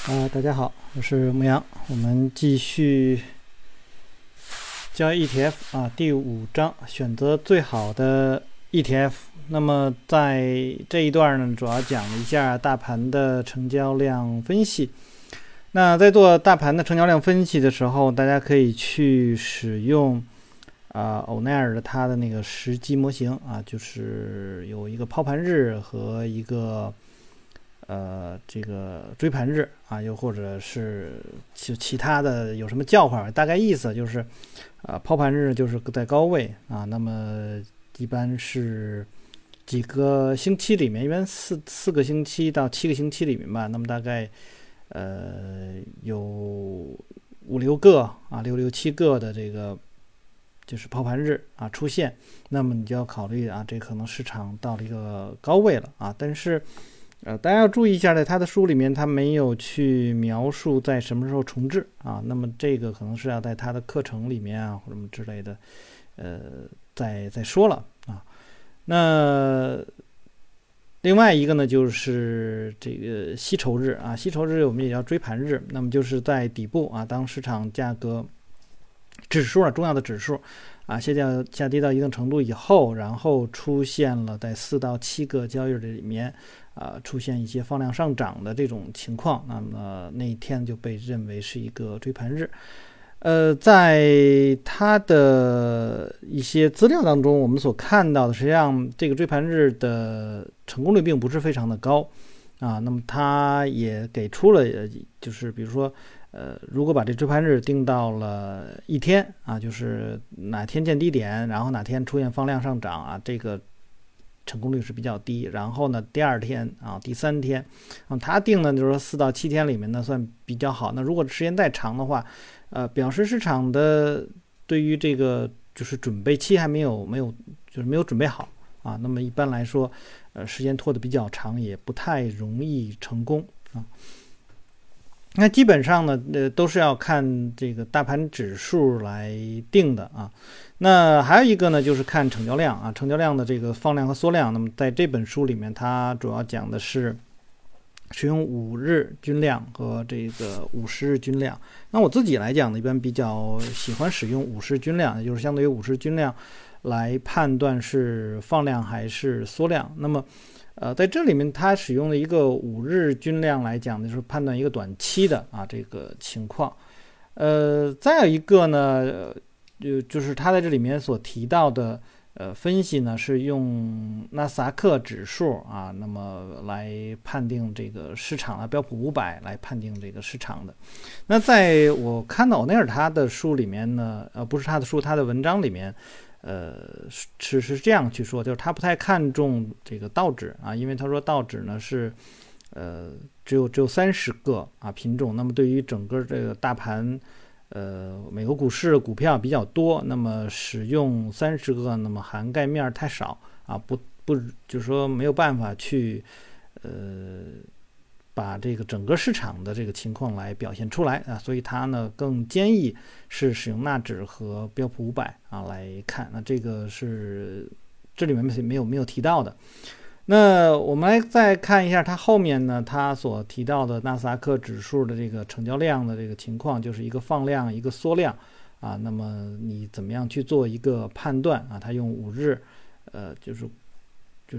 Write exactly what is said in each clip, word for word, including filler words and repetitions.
啊、大家好，我是牧羊，我们继续交易 E T F 啊，第五章选择最好的 E T F。那么在这一段呢，主要讲了一下大盘的成交量分析。那在做大盘的成交量分析的时候，大家可以去使用啊欧奈尔的他的那个时机模型啊，就是有一个抛盘日和一个呃，这个追盘日啊，又或者是其其他的有什么叫法？大概意思就是，啊，抛盘日就是在高位啊，那么一般是几个星期里面，一般四四个星期到七个星期里面吧，那么大概呃有五六个啊，六六七个的这个就是抛盘日啊出现，那么你就要考虑啊，这可能市场到了一个高位了啊，但是。呃，大家要注意一下，在他的书里面，他没有去描述在什么时候重置啊。那么这个可能是要在他的课程里面啊，或者什么之类的，呃，再再说了啊。那另外一个呢，就是这个吸筹日啊，吸筹日我们也叫追盘日。那么就是在底部啊，当市场价格指数啊，重要的指数啊，下降下跌到一定程度以后，然后出现了在四到七个交易日里面。啊，出现一些放量上涨的这种情况，那么那一天就被认为是一个追盘日。呃，在它的一些资料当中，我们所看到的，实际上这个追盘日的成功率并不是非常的高啊。那么它也给出了，就是比如说，呃，如果把这追盘日定到了一天啊，就是哪天见低点，然后哪天出现放量上涨啊，这个。成功率是比较低，然后呢，第二天啊，第三天，啊，他定的就是说四到七天里面呢算比较好。那如果时间再长的话，呃，表示市场的对于这个就是准备期还没有没有就是没有准备好啊。那么一般来说，呃，时间拖得比较长，也不太容易成功啊。那基本上呢，呃，都是要看这个大盘指数来定的啊。那还有一个呢，就是看成交量啊，成交量的这个放量和缩量。那么在这本书里面，它主要讲的是使用五日均量和这个五十日均量。那我自己来讲呢，一般比较喜欢使用五十均量，也就是相对于五十均量来判断是放量还是缩量。那么呃，在这里面，它使用了一个五日均量来讲，就是判断一个短期的啊这个情况。呃，再有一个呢，就就是他在这里面所提到的呃分析呢，是用纳斯达克指数啊，那么来判定这个市场啊，标普五百来判定这个市场的。那在我看到欧奈尔他的书里面呢，呃，不是他的书，他的文章里面。呃，是是这样去说，就是他不太看重这个道指啊，因为他说道指呢是，呃，只有只有三十个啊品种，那么对于整个这个大盘，呃，美国股市股票比较多，那么使用三十个，那么涵盖面太少啊，不不，就是说没有办法去，呃。把这个整个市场的这个情况来表现出来啊，所以它呢更建议是使用纳指和标普五百啊来看。那这个是这里面没有没有提到的。那我们来再看一下它后面呢，它所提到的纳斯达克指数的这个成交量的这个情况，就是一个放量一个缩量啊。那么你怎么样去做一个判断啊？它用五日，呃，就是就是。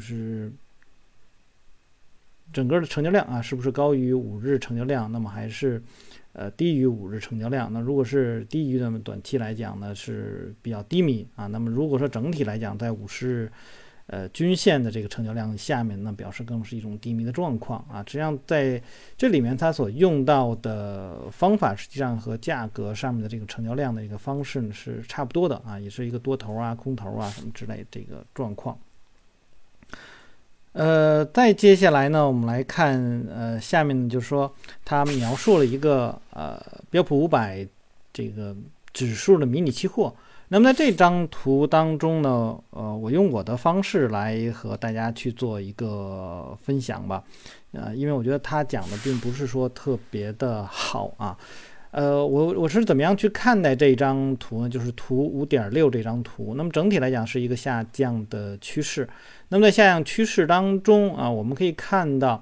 整个的成交量啊，是不是高于五日成交量？那么还是呃低于五日成交量？那如果是低于，那么短期来讲呢是比较低迷啊。那么如果说整体来讲，在五十日呃均线的这个成交量下面呢，表示更是一种低迷的状况啊。实际上在这里面，它所用到的方法，实际上和价格上面的这个成交量的一个方式呢是差不多的啊，也是一个多头啊、空头啊什么之类的这个状况。呃，再接下来呢，我们来看，呃，下面呢就是说，它描述了一个呃标普五百这个指数的迷你期货。那么在这张图当中呢，呃，我用我的方式来和大家去做一个分享吧，呃，因为我觉得他讲的并不是说特别的好啊。呃，我我是怎么样去看待这张图呢？就是图 五点六 这张图。那么整体来讲是一个下降的趋势。那么在下降趋势当中啊，我们可以看到，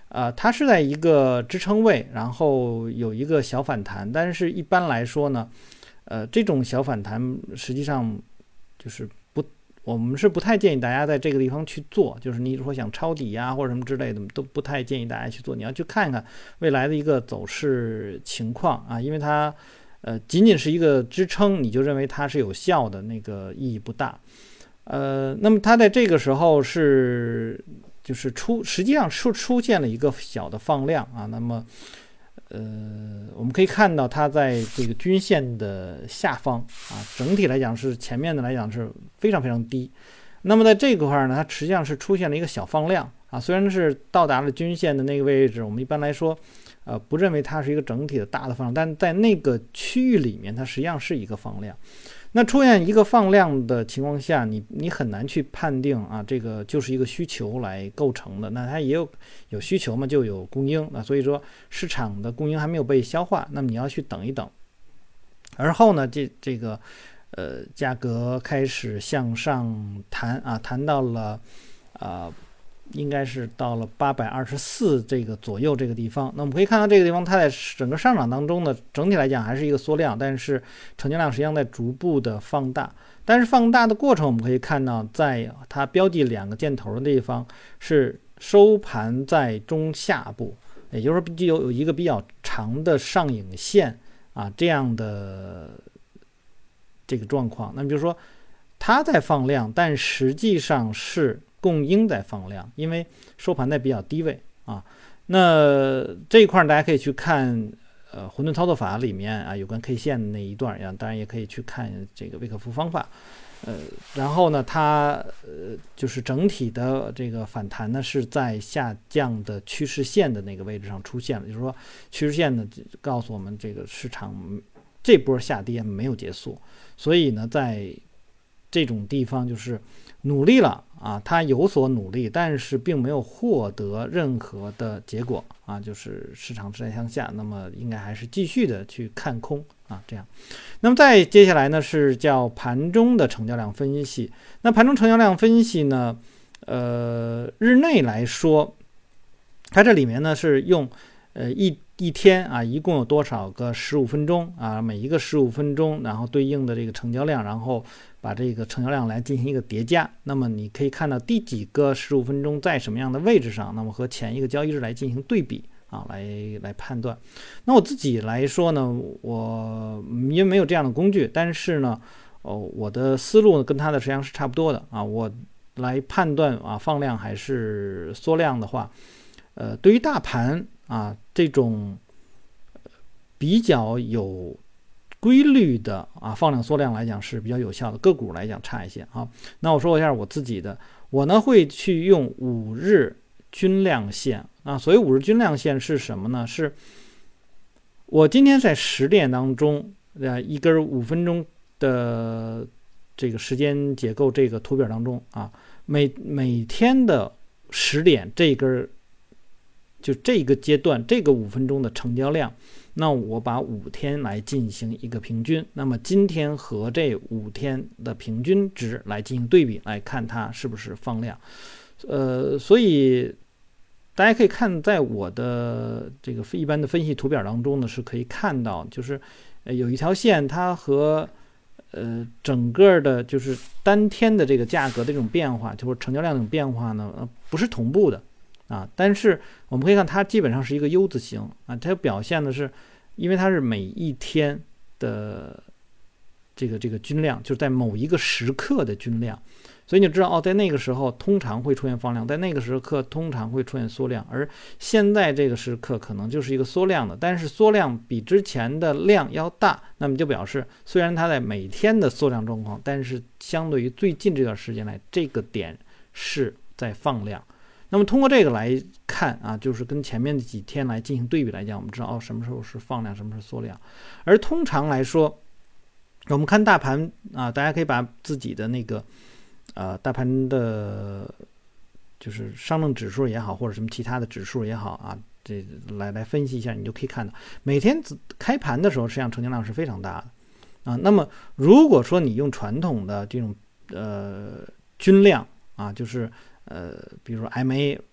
呃，它是在一个支撑位，然后有一个小反弹，但是一般来说呢，呃，这种小反弹实际上就是不，我们是不太建议大家在这个地方去做，就是你如果想抄底呀、啊、或者什么之类的，都不太建议大家去做。你要去看看未来的一个走势情况啊，因为它呃仅仅是一个支撑，你就认为它是有效的，那个意义不大。呃，那么它在这个时候是。就是出，实际上出出现了一个小的放量啊，那么，呃，我们可以看到它在这个均线的下方啊，整体来讲是前面的来讲是非常非常低。那么在这块呢，它实际上是出现了一个小放量啊，虽然是到达了均线的那个位置，我们一般来说，呃，不认为它是一个整体的大的放量，但在那个区域里面，它实际上是一个放量。那出现一个放量的情况下，你你很难去判定啊，这个就是一个需求来构成的。那它也有有需求嘛，就有供应。那所以说市场的供应还没有被消化，那么你要去等一等。而后呢，这这个呃价格开始向上弹啊，弹到了啊、呃，应该是到了八百二十四这个左右这个地方。那我们可以看到这个地方，它在整个上涨当中呢，整体来讲还是一个缩量，但是成交量实际上在逐步的放大。但是放大的过程，我们可以看到，在它标记两个箭头的地方是收盘在中下部，也就是说有有一个比较长的上影线啊这样的这个状况。那么就是说它在放量，但实际上是供应在放量，因为收盘在比较低位啊。那这一块大家可以去看呃混沌操作法里面啊有关 K 线的那一段，当然也可以去看这个魏可夫方法。呃，然后呢，它呃就是整体的这个反弹呢是在下降的趋势线的那个位置上出现了，就是说趋势线呢告诉我们这个市场这波下跌没有结束，所以呢在这种地方就是努力了啊，他有所努力，但是并没有获得任何的结果啊，就是市场是在向下，那么应该还是继续的去看空啊，这样。那么再接下来呢是叫盘中的成交量分析。那盘中成交量分析呢，呃，日内来说，它这里面呢是用呃一一天啊，一共有多少个十五分钟啊？每一个十五分钟，然后对应的这个成交量，然后把这个成交量来进行一个叠加。那么你可以看到第几个十五分钟在什么样的位置上，那么和前一个交易日来进行对比啊，来来判断。那我自己来说呢，我因为没有这样的工具，但是呢，哦，我的思路跟它的实际上是差不多的啊。我来判断啊放量还是缩量的话，呃，对于大盘啊，这种比较有规律的啊放量缩量来讲是比较有效的，个股来讲差一些啊。那我说一下我自己的，我呢会去用五日均量线啊。所谓五日均量线是什么呢？是我今天在十点当中，呃，一根五分钟的这个时间结构这个图表当中啊，每每天的十点这根。就这个阶段，这个五分钟的成交量，那我把五天来进行一个平均，那么今天和这五天的平均值来进行对比，来看它是不是放量。呃，所以大家可以看，在我的这个一般的分析图表当中呢，是可以看到，就是呃有一条线，它和呃整个的就是单天的这个价格的这种变化，就是成交量这种变化呢，呃、不是同步的。啊，但是我们可以看它基本上是一个 U 字形啊，它表现的是，因为它是每一天的这个这个均量，就是在某一个时刻的均量，所以你就知道哦，在那个时候通常会出现放量，在那个时刻通常会出现缩量，而现在这个时刻可能就是一个缩量的，但是缩量比之前的量要大，那么就表示虽然它在每天的缩量状况，但是相对于最近这段时间来，这个点是在放量。那么通过这个来看啊，就是跟前面的几天来进行对比来讲，我们知道哦，什么时候是放量，什么时候是缩量。而通常来说，我们看大盘啊，大家可以把自己的那个呃大盘的，就是上证指数也好，或者什么其他的指数也好啊，这来来分析一下，你就可以看到，每天开盘的时候，实际上成交量是非常大的啊。那么如果说你用传统的这种呃均量啊，就是呃，比如说 M A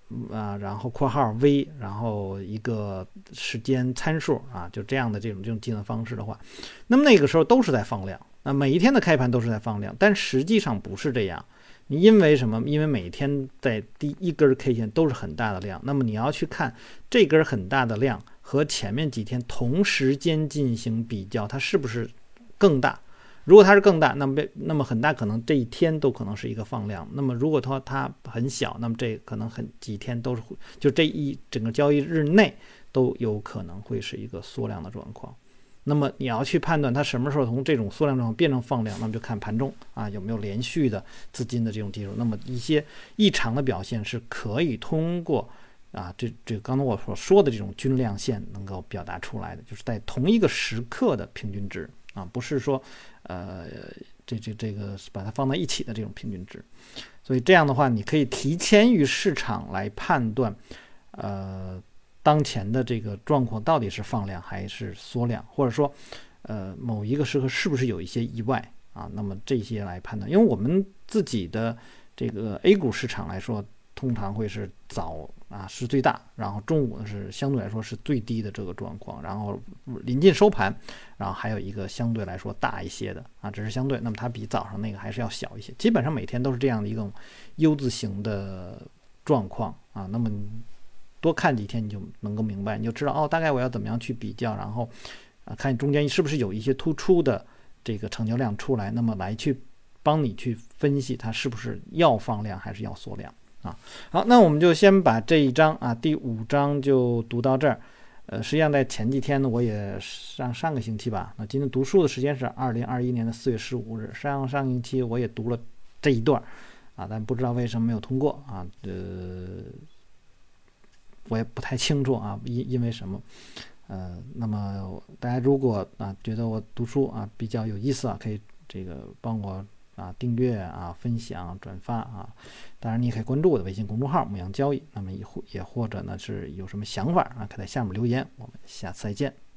啊，然后括号 v， 然后一个时间参数啊，就这样的这种这种计算方式的话，那么那个时候都是在放量，那每一天的开盘都是在放量，但实际上不是这样。你因为什么？因为每天在第一根 K 线都是很大的量，那么你要去看这根很大的量和前面几天同时间进行比较，它是不是更大？如果它是更大，那么那么很大可能这一天都可能是一个放量。那么如果它它很小，那么这可能很几天都是就这一整个交易日内都有可能会是一个缩量的状况。那么你要去判断它什么时候从这种缩量状况变成放量，那么就看盘中啊有没有连续的资金的这种介入。那么一些异常的表现是可以通过啊这这刚才我所说的这种均量线能够表达出来的，就是在同一个时刻的平均值啊，不是说呃这这这个把它放在一起的这种平均值。所以这样的话，你可以提前于市场来判断呃。当前的这个状况到底是放量还是缩量，或者说，呃，某一个时刻是不是有一些意外啊？那么这些来判断，因为我们自己的这个 A 股市场来说，通常会是早啊是最大，然后中午呢是相对来说是最低的这个状况，然后临近收盘，然后还有一个相对来说大一些的啊，只是相对，那么它比早上那个还是要小一些。基本上每天都是这样的一种 U 字形的状况啊，那么。多看几天你就能够明白，你就知道哦，大概我要怎么样去比较，然后啊看中间是不是有一些突出的这个成交量出来，那么来去帮你去分析它是不是要放量还是要缩量啊。好，那我们就先把这一章啊第五章就读到这儿。呃，实际上在前几天呢，我也上上个星期吧，那今天读书的时间是二零二一年的四月十五日，上上星期我也读了这一段啊，但不知道为什么没有通过啊，呃。我也不太清楚啊，因因为什么？呃，那么大家如果啊觉得我读书啊比较有意思啊，可以这个帮我啊订阅啊、分享、转发啊。当然，你也可以关注我的微信公众号“牧羊交易”。那么也或也或者呢是有什么想法啊，可以在下面留言。我们下次再见。